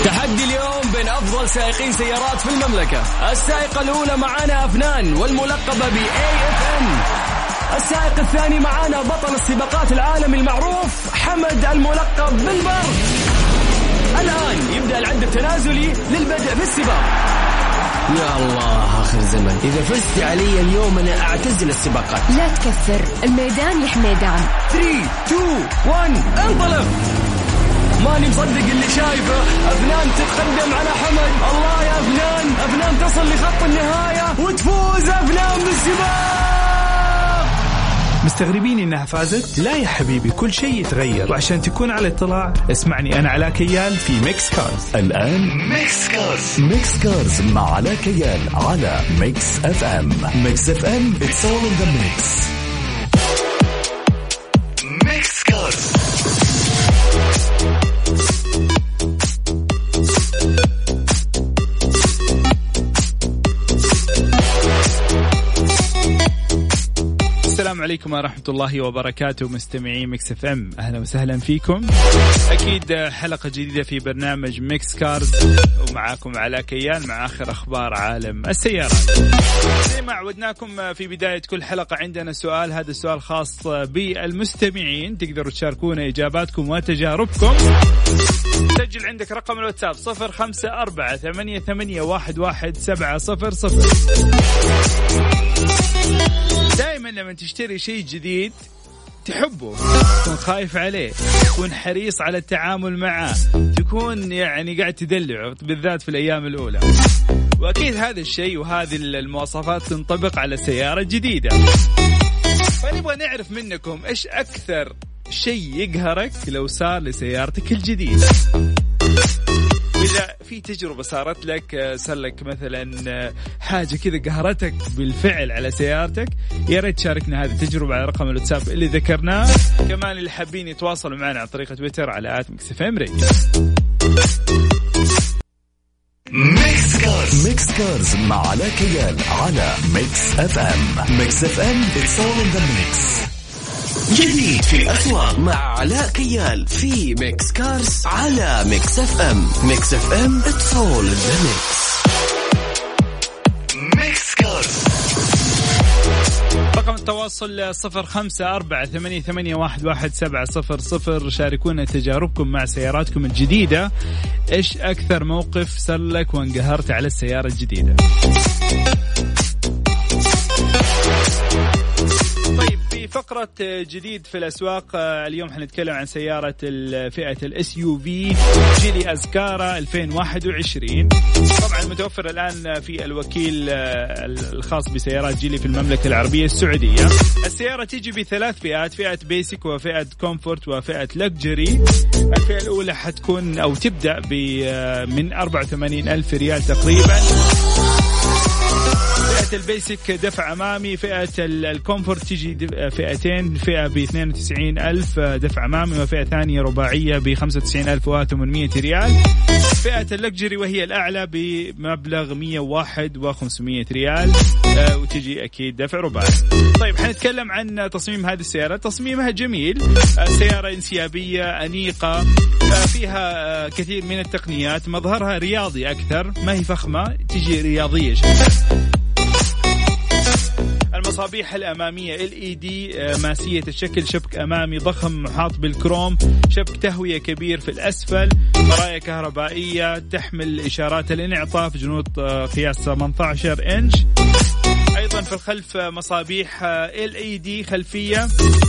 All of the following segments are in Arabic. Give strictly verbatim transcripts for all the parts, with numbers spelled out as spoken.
تحدي اليوم بين أفضل سائقين سيارات في المملكة. السائقة الأولى معانا أفنان والملقبة ب إيه إف إم. السائق الثاني معانا بطل السباقات العالمي المعروف حمد الملقب بالبر. الآن يبدأ العد التنازلي للبدء في السباق. يا الله آخر زمن، إذا فزت علي اليوم أنا أعتزل السباقات. لا تكثر، الميدان يا حميدان. ثلاثة اثنين واحد انطلق. ماني مصدق اللي شايفه. أفنان تتقدم على حمد. الله يا أفنان، أفنان تصل لخط النهاية وتفوز أفنان بالسباق. مستغربين إنها فازت؟ لا يا حبيبي، كل شيء يتغير، وعشان تكون على اطلاع اسمعني أنا علاء كيال في ميكس كارز. الآن ميكس كارز. ميكس كارز مع علاء كيال على ميكس اف ام. ميكس اف ام it's all in the mix. ميكس كارز. السلام عليكم ورحمة الله وبركاته، مستمعين ميكس اف ام، أهلا وسهلا فيكم. أكيد حلقة جديدة في برنامج ميكس كارز، ومعاكم علاء كيال مع آخر أخبار عالم السيارات. زي ما عودناكم في بداية كل حلقة عندنا سؤال، هذا السؤال خاص بالمستمعين، تقدروا تشاركونا إجاباتكم وتجاربكم. سجل عندك رقم الواتساب صفر خمسة أربعة ثمانية ثمانية واحد واحد سبعة صفر صفر. دائما لما تشتري شيء جديد تحبه، تكون خايف عليه، تكون حريص على التعامل معه، تكون يعني قاعد تدلعه بالذات في الأيام الأولى. وأكيد هذا الشيء وهذه المواصفات تنطبق على السيارة الجديدة. فنبغى نعرف منكم إيش أكثر شيء يقهرك لو صار لسيارتك الجديدة. إذا في تجربة صارت لك، صار لك مثلا حاجة كذا قهرتك بالفعل على سيارتك، يا ريت تشاركنا هذه التجربة على رقم الواتساب اللي ذكرناه. كمان اللي حابين يتواصلوا معنا عن طريق تويتر على آت ميكس اف ام راديو. ميكس كارز. ميكس كارز مع علاء كيال على ميكس اف ام. ميكس اف ام it's all in the mix. جديد في الأسواق مع علاء كيال في ميكس كارز على ميكس اف ام. ميكس اف ام it's all in the mix. ميكس كارز. رقم التواصل صفر خمسة أربعة ثمانية ثمانية واحد واحد سبعة صفر صفر. شاركونا تجاربكم مع سياراتكم الجديدة. إيش أكثر موقف صار لك وانقهرت على السيارة الجديدة؟ فقرة جديد في الأسواق اليوم حنتكلم عن سيارة فئة الاس يو في جيلي أزكارا ألفين وواحد وعشرين. طبعا متوفر الآن في الوكيل الخاص بسيارات جيلي في المملكة العربية السعودية. السيارة تيجي بثلاث فئات، فئة بيسك وفئة كومفورت وفئة لكجري. الفئة الأولى حتكون أو تبدأ من أربعة وثمانين ألف ريال تقريبا. فئة البيسك دفع أمامي، فئة الكومفورت تيجي فئتين، فئة ب اثنين وتسعين ألف دفع أمامي، وفئة ثانية رباعية ب خمسة وتسعين ألف وثمانمائة ريال. فئة اللكجري وهي الأعلى بمبلغ مئة وواحد وخمسمائة ريال، وتجي أكيد دفع رباعي. طيب حنتكلم عن تصميم هذه السيارة. تصميمها جميل، سيارة انسيابية أنيقة، فيها كثير من التقنيات، مظهرها رياضي أكثر، ما هي فخمة، تجي رياضية شوي. المصابيح الأمامية إل إي دي ماسية الشكل، شبك أمامي ضخم محاط بالكروم، شبك تهوية كبير في الأسفل، مرايا كهربائية تحمل إشارات الانعطاف، جنوط قياس ثمانية عشر إنش. أيضا في الخلف مصابيح إل إي دي خلفية.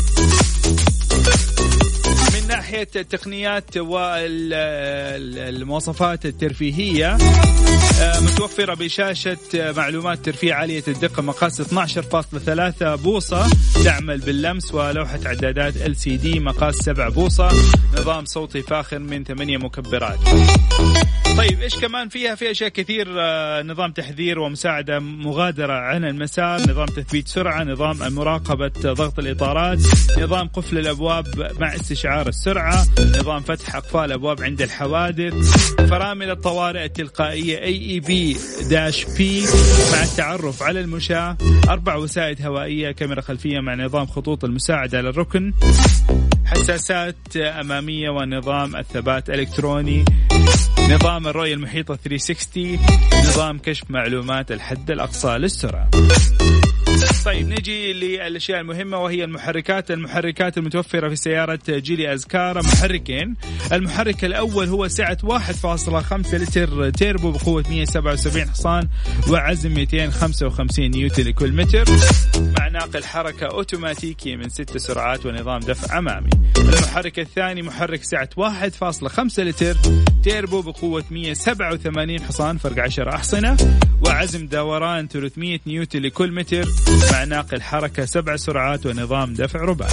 من ناحية التقنيات والمواصفات الترفيهية، متوفرة بشاشة معلومات ترفيه عالية الدقة مقاس اثنا عشر فاصلة ثلاثة بوصة، تعمل باللمس، ولوحة عدادات إل سي دي مقاس سبعة بوصة، نظام صوتي فاخر من ثمانية مكبرات. طيب إيش كمان فيها؟ في أشياء كثير، نظام تحذير ومساعدة مغادرة عن المسار، نظام تثبيت سرعة، نظام مراقبة ضغط الإطارات، نظام قفل الأبواب مع استشعار السرعة، نظام فتح أقفال أبواب عند الحوادث، فرامل الطوارئ التلقائية إيه إي بي بي مع التعرف على المشاة، أربع وسائد هوائية، كاميرا خلفية مع نظام خطوط المساعدة للركن، حساسات أمامية ونظام الثبات الإلكتروني. نظام الرؤية المحيطة ثلاثمية وستين، نظام كشف معلومات الحد الأقصى للسرعة. طيب نجي للأشياء المهمة وهي المحركات. المحركات المتوفرة في سيارة جيلي أزكارا محركين. المحرك الأول هو سعة واحد فاصلة خمسة لتر تيربو بقوة مئة وسبعة وسبعين حصان وعزم مئتين وخمسة وخمسين نيوتن لكل متر، مع ناقل حركة أوتوماتيكي من ست سرعات ونظام دفع أمامي. المحرك الثاني محرك سعة واحد فاصلة خمسة لتر تيربو بقوة مئة وسبعة وثمانين حصان فرق عشرة أحصنة وعزم دوران ثلاثمئة نيوتن لكل متر، مع ناقل حركة سبع سرعات ونظام دفع رباعي.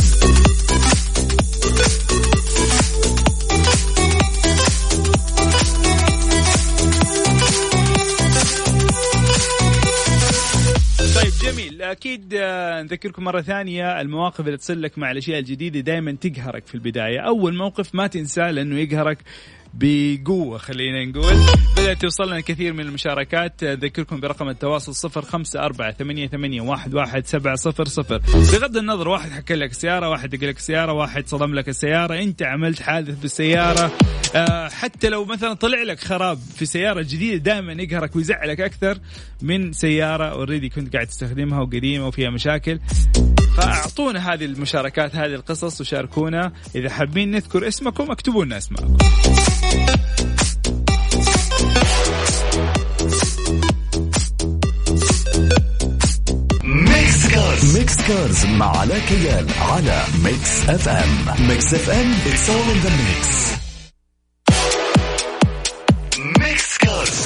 طيب جميل. أكيد نذكركم مرة ثانية المواقف اللي تصل لك مع الأشياء الجديدة دائما تقهرك في البداية. أول موقف ما تنساه لأنه يقهرك بقوة. خلينا نقول بدأت توصلنا الكثير من المشاركات. أذكركم برقم التواصل صفر خمسة أربعة ثمانية ثمانية واحد واحد سبعة صفر صفر. بغض النظر واحد حكى لك سيارة، واحد يقول لك سيارة، واحد صدم لك السيارة، أنت عملت حادث بالسيارة، أه حتى لو مثلا طلع لك خراب في سيارة جديدة دائما يقهرك ويزعلك أكثر من سيارة أوريدي كنت قاعد تستخدمها وقديمة وفيها مشاكل. فأعطونا هذه المشاركات، هذه القصص، وشاركونا. إذا حابين نذكر اسمكم اكتبوا لنا اسمكم. ميكس كارز ميكس كارز مع علاء كيال على ميكس اف ام. ميكس اف ام it's all in the mix. ميكس كارز.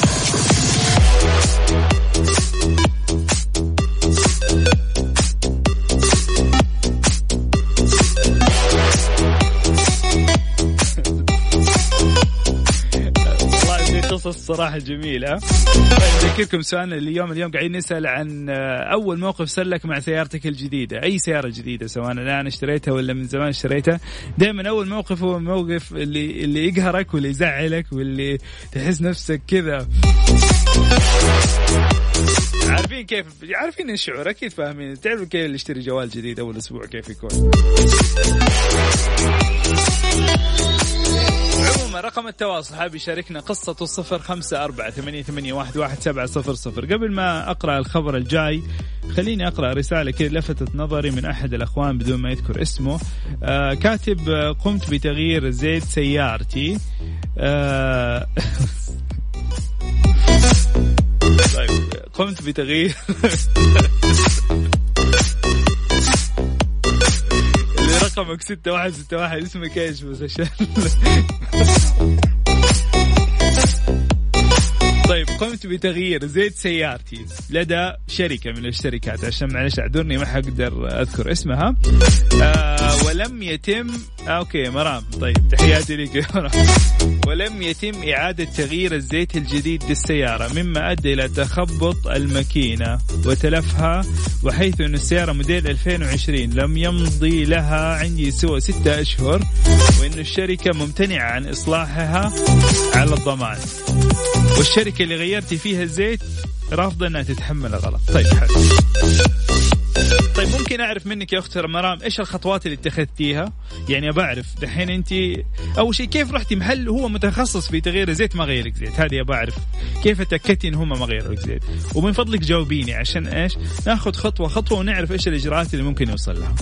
قصص صراحة جميلة. طيب ذكركم سؤالنا اليوم اليوم قاعدين نسأل عن أول موقف سلك مع سيارتك الجديدة، أي سيارة جديدة سواء الآن اشتريتها ولا من زمان اشتريتها. دائما أول موقف هو الموقف اللي اللي يقهرك واللي يزعلك واللي تحس نفسك كذا. عارفين كيف عارفين الشعور، أكيد فاهمين. تعرفوا كيف اللي يشتري جوال جديد أول أسبوع كيف يكون. عموما رقم التواصل حاب يشاركنا قصة صفر خمسة أربعة ثمانية ثمانية واحد واحد سبعة صفر صفر. قبل ما أقرأ الخبر الجاي خليني أقرأ رسالة كده لفتت نظري من أحد الأخوان بدون ما يذكر اسمه. آه كاتب آه قمت بتغيير زيت سيارتي. آه طيب قمت بتغيير رقمك ستة واحد ستة واحد اسمك ايش بس عشان طيب قمت بتغيير زيت سيارتي لدى شركة من الشركات، عشان معلش اعذرني ما حقدر اذكر اسمها. آه ولم يتم آه اوكي مرام، طيب تحياتي لك. ولم يتم إعادة تغيير الزيت الجديد للسيارة مما أدى إلى تخبط الماكينة وتلفها، وحيث أن السيارة موديل ألفين وعشرين لم يمضي لها عندي سوى ستة أشهر، وأن الشركة ممتنعة عن إصلاحها على الضمان، والشركة اللي غيرتي فيها الزيت رافضة أنها تتحمل الغلط. طيب حلو. طيب ممكن أعرف منك يا أخت مرام إيش الخطوات اللي اتخذتيها؟ يعني بعرف دحين أنت أول شيء كيف رحتي محل هو متخصص في تغيير الزيت ما غيرك زيت، هذه بعرف كيف تأكدتي إن هم ما غيروا زيت، ومن فضلك جاوبيني عشان إيش ناخذ خطوة خطوة ونعرف إيش الإجراءات اللي ممكن نوصل لها.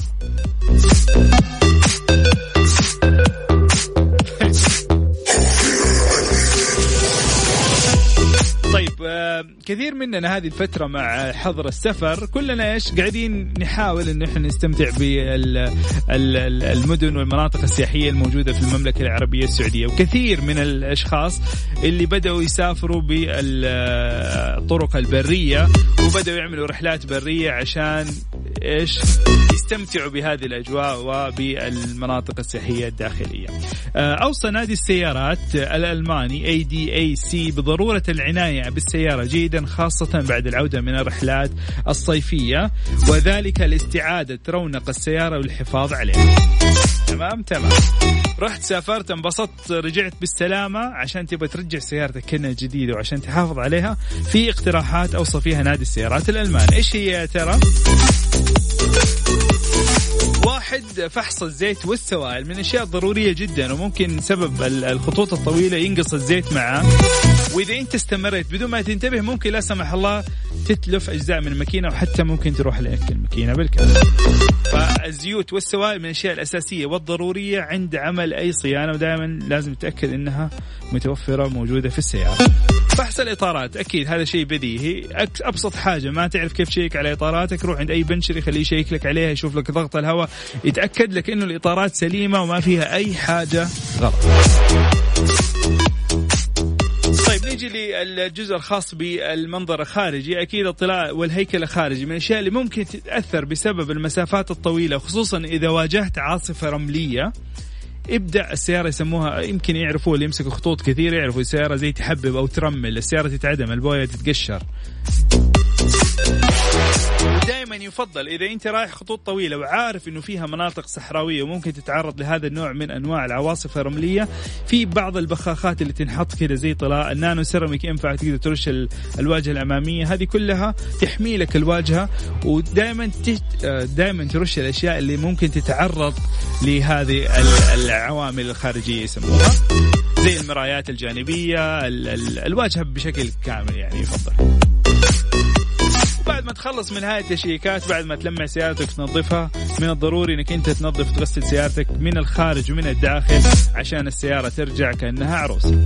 طيب آه كثير مننا هذه الفترة مع حظر السفر كلنا إيش قاعدين نحاول إن إحنا نستمتع بالمدن والمناطق السياحية الموجودة في المملكة العربية السعودية، وكثير من الأشخاص اللي بدأوا يسافروا بالطرق البرية وبدأوا يعملوا رحلات برية عشان إيش يستمتعوا بهذه الأجواء وبالمناطق السياحية الداخلية. آه أوصى نادي السيارات الألماني إيه دي إيه سي بضرورة العناية بالسيارة جيدا خاصة بعد العودة من الرحلات الصيفية، وذلك لاستعادة رونق السيارة والحفاظ عليها. تمام تمام رحت سافرت انبسطت رجعت بالسلامة عشان تبغى ترجع سيارتك كأنها جديدة وعشان تحافظ عليها، في اقتراحات أوصى فيها نادي السيارات الألماني. إيش هي يا ترى؟ واحد واحد، فحص الزيت والسوائل من الأشياء الضرورية جدا، وممكن سبب الخطوط الطويلة ينقص الزيت معاه، وإذا أنت استمريت بدون ما تنتبه ممكن لا سمح الله تتلف أجزاء من الماكينة، وحتى ممكن تروح لك الماكينة بالكامل. فالزيوت والسوائل من الأشياء الأساسية والضرورية عند عمل أي صيانة، ودائما لازم تتأكد أنها متوفرة موجودة في السيارة. فحص الإطارات أكيد هذا شيء بديهي، أبسط حاجة ما تعرف كيف تشيك على إطاراتك روح عند أي بنشر يخليه يشيك لك عليها، يشوف لك ضغط الهواء، يتأكد لك إنه الإطارات سليمة وما فيها أي حاجة غلط. طيب نيجي للجزء الخاص بالمنظر الخارجي. أكيد الطلاء والهيكل الخارجي من الأشياء اللي ممكن تتأثر بسبب المسافات الطويلة، خصوصا إذا واجهت عاصفة رملية. ابدأ السيارة يسموها، يمكن يعرفوا اللي يمسكوا خطوط كثيرة يعرفوا السيارة زي تحبب أو ترمل، السيارة تتعدم، البوية تتقشر. دائما يفضل إذا أنت رايح خطوط طويلة وعارف إنه فيها مناطق صحراوية وممكن تتعرض لهذا النوع من أنواع العواصف الرملية، في بعض البخاخات اللي تنحط كده زي طلاء النانو سيراميك ينفع تقدر ترش الواجهة الأمامية، هذه كلها تحمي لك الواجهة. ودائما دائما ترش الأشياء اللي ممكن تتعرض لهذه العوامل الخارجية يسموها، زي المرايات الجانبية، الواجهة بشكل كامل يعني يفضل. بعد ما تخلص من هاي التشيكات، بعد ما تلمع سيارتك تنظفها، من الضروري انك انت تنظف وتغسل سيارتك من الخارج ومن الداخل عشان السيارة ترجع كأنها عروسة.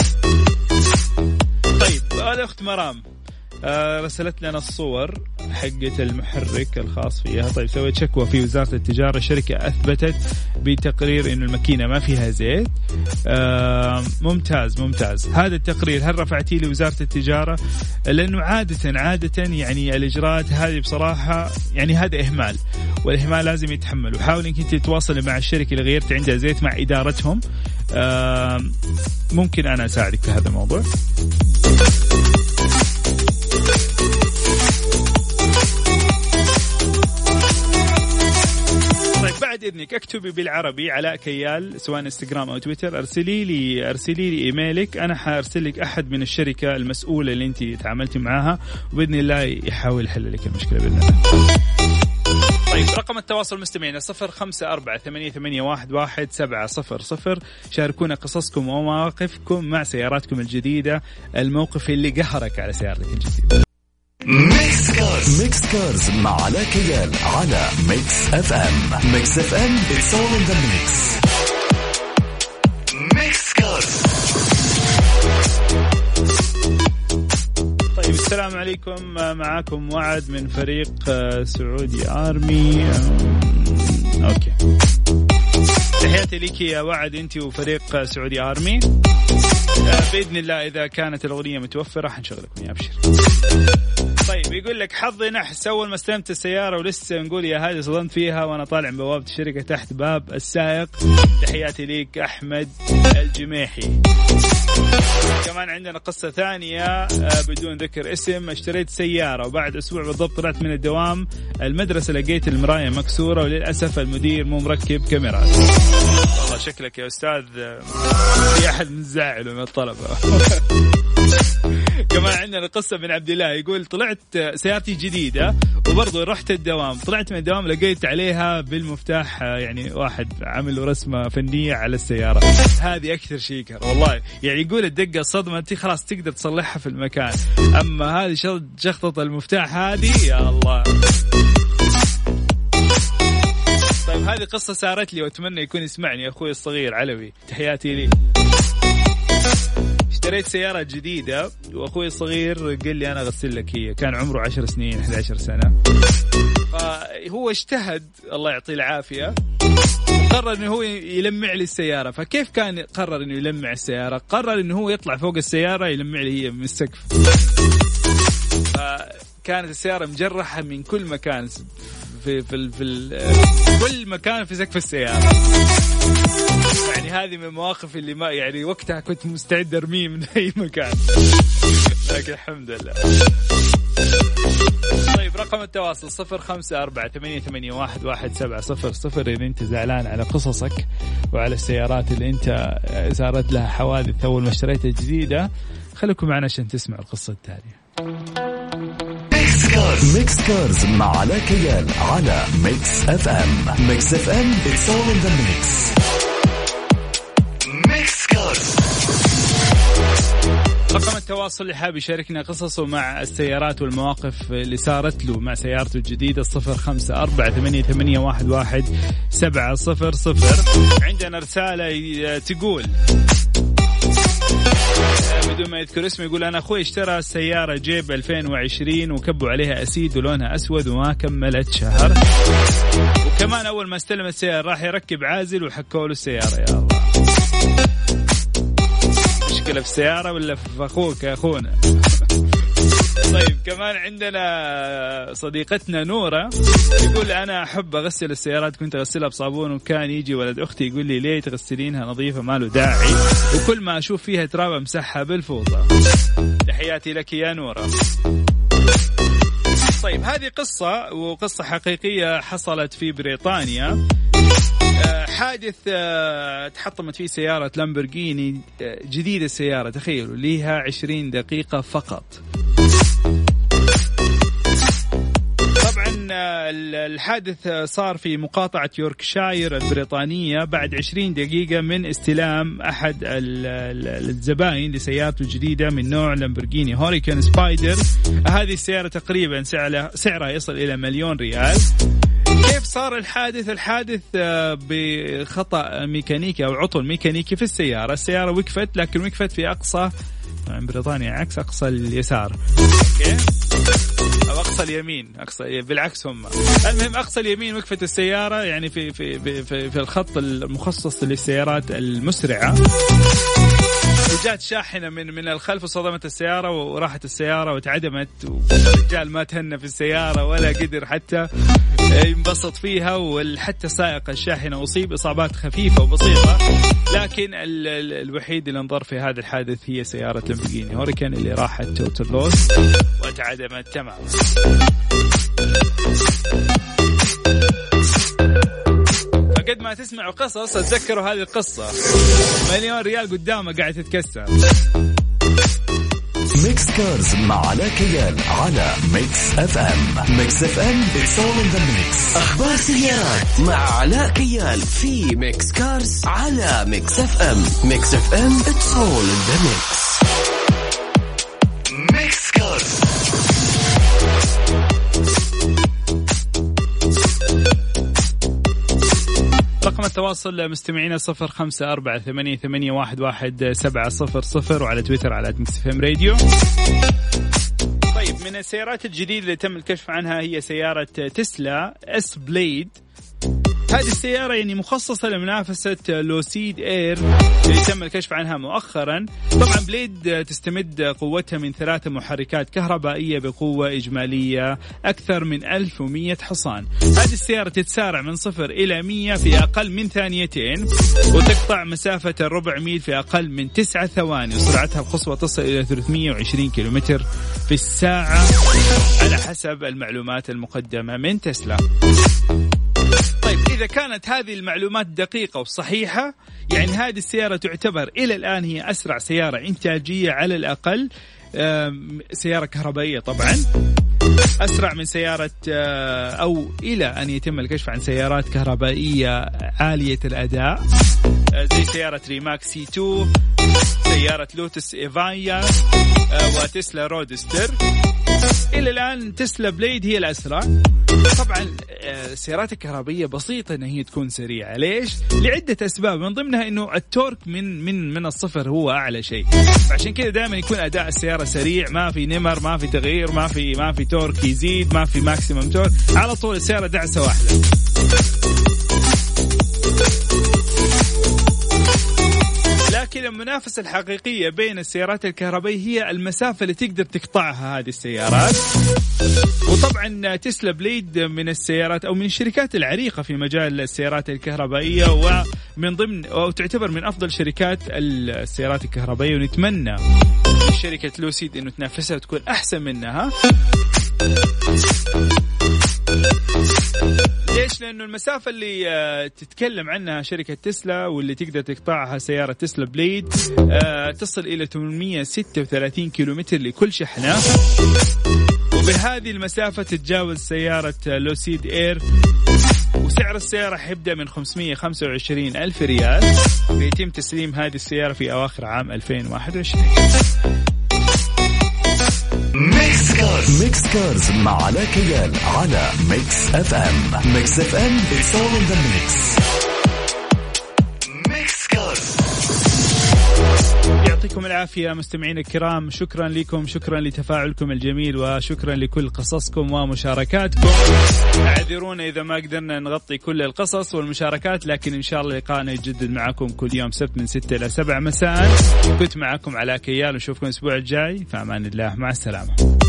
طيب الأخت مرام آه رسلت لنا الصور حقة المحرك الخاص فيها. طيب سويت شكوى في وزارة التجارة، الشركة أثبتت بتقرير إنه الماكينة ما فيها زيت. آه ممتاز ممتاز هذا التقرير. هل رفعتي لوزارة التجارة؟ لأنه عادة عادة يعني الإجراءات هذه بصراحة يعني هذا إهمال، والإهمال لازم يتحمل. وحاول إنك أنت تتواصل مع الشركة اللي غيرت عندها زيت مع إدارتهم. آه ممكن أنا أساعدك في هذا الموضوع. بعد إذنك اكتبي بالعربي علاء كيال سواء انستغرام أو تويتر، أرسلي لي أرسلي لي إيميلك، أنا حأرسل لك أحد من الشركة المسؤولة اللي أنت تعاملتي معاها، وبإذن الله يحاول يحل لك المشكلة بإذن الله. طيب رقم التواصل مستمعين صفر خمسة أربعة ثمانية ثمانية واحد واحد سبعة صفر صفر. شاركونا قصصكم ومواقفكم مع سياراتكم الجديدة، الموقف اللي قهرك على سيارتك الجديدة. ميكس كارز ميكس كارز مع علاء كيال على ميكس اف ام. ميكس اف ام it's all in the mix. ميكس كارز. طيب السلام عليكم، معاكم وعد من فريق سعودي آرمي. اوكي تحياتي لك يا وعد انت وفريق سعودي آرمي. بإذن الله إذا كانت الأغنية متوفرة حنشغلكم يا أبشر. طيب يقول لك حظي نحس، أول ما استلمت السيارة ولسه نقول يا هذه صدمت فيها وأنا طالع من بوابة الشركة تحت باب السائق. تحياتي ليك أحمد الجميحي. كمان عندنا قصة ثانية بدون ذكر اسم. اشتريت سيارة وبعد أسبوع بالضبط طلعت من الدوام المدرسة لقيت المراية مكسورة وللأسف المدير مو مركب كاميرات. والله شكلك يا أستاذ في أحد مزاعله من الطلبة. كمان عندنا قصة من عبد الله يقول طلعت سيارتي جديدة وبرضه رحت الدوام، طلعت من الدوام لقيت عليها بالمفتاح يعني واحد عمل رسمة فنية على السيارة. هذه أكثر شيء كر والله، يعني يقول الدقة الصدمة أنت خلاص تقدر تصلحها في المكان، أما هذه شخطة المفتاح هذه يا الله. طيب هذه قصة صارت لي وأتمنى يكون يسمعني أخوي الصغير علوي، تحياتي لي. اشتريت سيارة جديدة وأخوي الصغير قال لي أنا أغسل لك هي، كان عمره عشر سنين إحدى عشرة سنة، فهو اجتهد الله يعطيه العافية قرر إنه هو يلمع لي السيارة. فكيف كان قرر إنه يلمع السيارة؟ قرر إنه هو يطلع فوق السيارة يلمع لي هي من السقف. فكانت السيارة مجرحة من كل مكان في في في كل مكان في سقف السيارة. يعني هذه من المواقف اللي ما يعني وقتها كنت مستعد أرميه من أي مكان، لكن الحمد لله. طيب رقم التواصل صفر خمسة أربعة ثمانية ثمانية واحد واحد سبعة صفر صفر. إذا أنت زعلان على قصصك وعلى السيارات اللي أنت صارت لها حوادث أول ما اشتريتها جديدة، خليكم معنا عشان تسمع القصة التالية. كارز. ميكس كارز مع علاء كيال على ميكس اف ام. ميكس اف ام it's all in the mix. ميكس كارز. رقم التواصل اللي حاب يشاركنا قصصه مع السيارات والمواقف اللي صارت له مع سيارته الجديدة صفر خمسة أربعة ثمانية ثمانية واحد واحد سبعة صفر صفر. عندنا رسالة تقول بدون ما يذكر اسمه، يقول أنا أخوي اشترى سيارة جيب ألفين وعشرين وكبوا عليها أسيد ولونها أسود وما كملت شهر، وكمان أول ما استلم السيارة راح يركب عازل وحكوا له السيارة. يا الله، مشكلة في السيارة ولا في أخوك يا أخونا؟ طيب كمان عندنا صديقتنا نورة يقول أنا أحب أغسل السيارات، كنت أغسلها بصابون وكان يجي ولد أختي يقول لي ليه تغسلينها نظيفة ما له داعي، وكل ما أشوف فيها تراب أمسحها بالفوطة. تحياتي لك يا نورة. طيب هذه قصة وقصة حقيقية حصلت في بريطانيا. حادث تحطمت فيه سيارة لامبورغيني جديدة السيارة، تخيلوا ليها عشرين دقيقة فقط. طبعا الحادث صار في مقاطعة يوركشاير البريطانية بعد عشرين دقيقة من استلام أحد الزبائن لسيارته الجديدة من نوع لامبورغيني هوريكان سبايدر. هذه السيارة تقريبا سعرها يصل إلى مليون ريال. كيف صار الحادث؟ الحادث بخطأ ميكانيكي أو عطل ميكانيكي في السيارة. السيارة وقفت، لكن وقفت في أقصى بريطانيا عكس أقصى اليسار، أوكي؟ أو أقصى اليمين، أقصى بالعكس هم. المهم أقصى اليمين وقفت السيارة، يعني في في في في, في الخط المخصص للسيارات المسرعة. وجات شاحنة من من الخلف وصدمت السيارة وراحت السيارة وتعدمت، والرجال ما تهنى في السيارة ولا قدر حتى ينبسط فيها، وحتى سائق الشاحنة أصيب إصابات خفيفة وبسيطة. لكن ال ال الوحيد اللي انضر في هذا الحادث هي سيارة لامبورغيني هوريكان اللي راحت توتال لوس وتعدمت تماما. قد ما تسمعوا قصص اتذكروا هذه القصة، مليون ريال قدامه قاعد تتكسر. ميكس كارز مع علاء كيال على ميكس اف ام. ميكس اف ام it's all in the mix. اخبار سيارات مع علاء كيال في ميكس كارز على ميكس اف ام. ميكس اف ام it's all in the mix. ميكس كارز. رقم التواصل مستمعينا صفر خمسة أربعة ثمانية ثمانية واحد واحد سبعة صفر صفر، وعلى تويتر على ميكس اف ام راديو. طيب من السيارات الجديدة اللي تم الكشف عنها هي سيارة تسلا اس بليد. هذه السيارة يعني مخصصة لمنافسة لوسيد اير اللي تم الكشف عنها مؤخرا. طبعا بليد تستمد قوتها من ثلاثة محركات كهربائية بقوة إجمالية أكثر من ألف ومئة حصان. هذه السيارة تتسارع من صفر إلى مئة في أقل من ثانيتين، وتقطع مسافة الربع ميل في أقل من تسعة ثواني، وسرعتها القصوى تصل إلى ثلاثمئة وعشرين كيلومتر في الساعة على حسب المعلومات المقدمة من تسلا. طيب إذا كانت هذه المعلومات دقيقة وصحيحة، يعني هذه السيارة تعتبر إلى الآن هي أسرع سيارة إنتاجية على الأقل، سيارة كهربائية طبعا، أسرع من سيارة أو إلى أن يتم الكشف عن سيارات كهربائية عالية الأداء زي سيارة ريماك سي تو، سيارة لوتس إيفايا وتسلا رودستر. إلى الآن تسلا بليد هي الأسرع. طبعا السيارات الكهربائية بسيطة أن هي تكون سريعة. ليش؟ لعدة أسباب، من ضمنها أنه التورك من من من الصفر هو أعلى شيء، عشان كذا دائما يكون أداء السيارة سريع، ما في نمر، ما في تغيير، ما في ما في تورك يزيد، ما في ماكسيمم تورك، على طول السيارة دعسة واحدة. لكن المنافسة الحقيقية بين السيارات الكهربائية هي المسافة اللي تقدر تقطعها هذه السيارات. وطبعا تسلا بليد من السيارات أو من الشركات العريقة في مجال السيارات الكهربائية، ومن ضمن أو تعتبر من أفضل شركات السيارات الكهربائية، ونتمنى شركة لوسيد إنه تنافسها وتكون أحسن منها. ليش؟ لأنه المسافة اللي تتكلم عنها شركة تسلا واللي تقدر تقطعها سيارة تسلا بليد تصل إلى ثمانمئة وستة وثلاثين كيلومتر لكل شحنة. وبهذه المسافة تتجاوز سيارة لوسيد إير، وسعر السيارة حيبدأ من خمسمية وخمسة وعشرين ألف ريال، ويتم تسليم هذه السيارة في أواخر عام ألفين وواحد وعشرين. ميكس كارز ميكس كارز مع علاء كيال على ميكس اف ام. ميكس اف ام it's all in the mix. ميكس كارز. يعطيكم العافية مستمعين الكرام، شكرا لكم، شكرا لتفاعلكم الجميل، وشكرا لكل قصصكم ومشاركاتكم. اعذرونا إذا ما قدرنا نغطي كل القصص والمشاركات، لكن إن شاء الله لقاءنا يتجدد معكم كل يوم سبت من ستة إلى سبعة مساء. كنت معكم علاء كيال، ونشوفكم الأسبوع الجاي، في أمان الله، مع السلامة.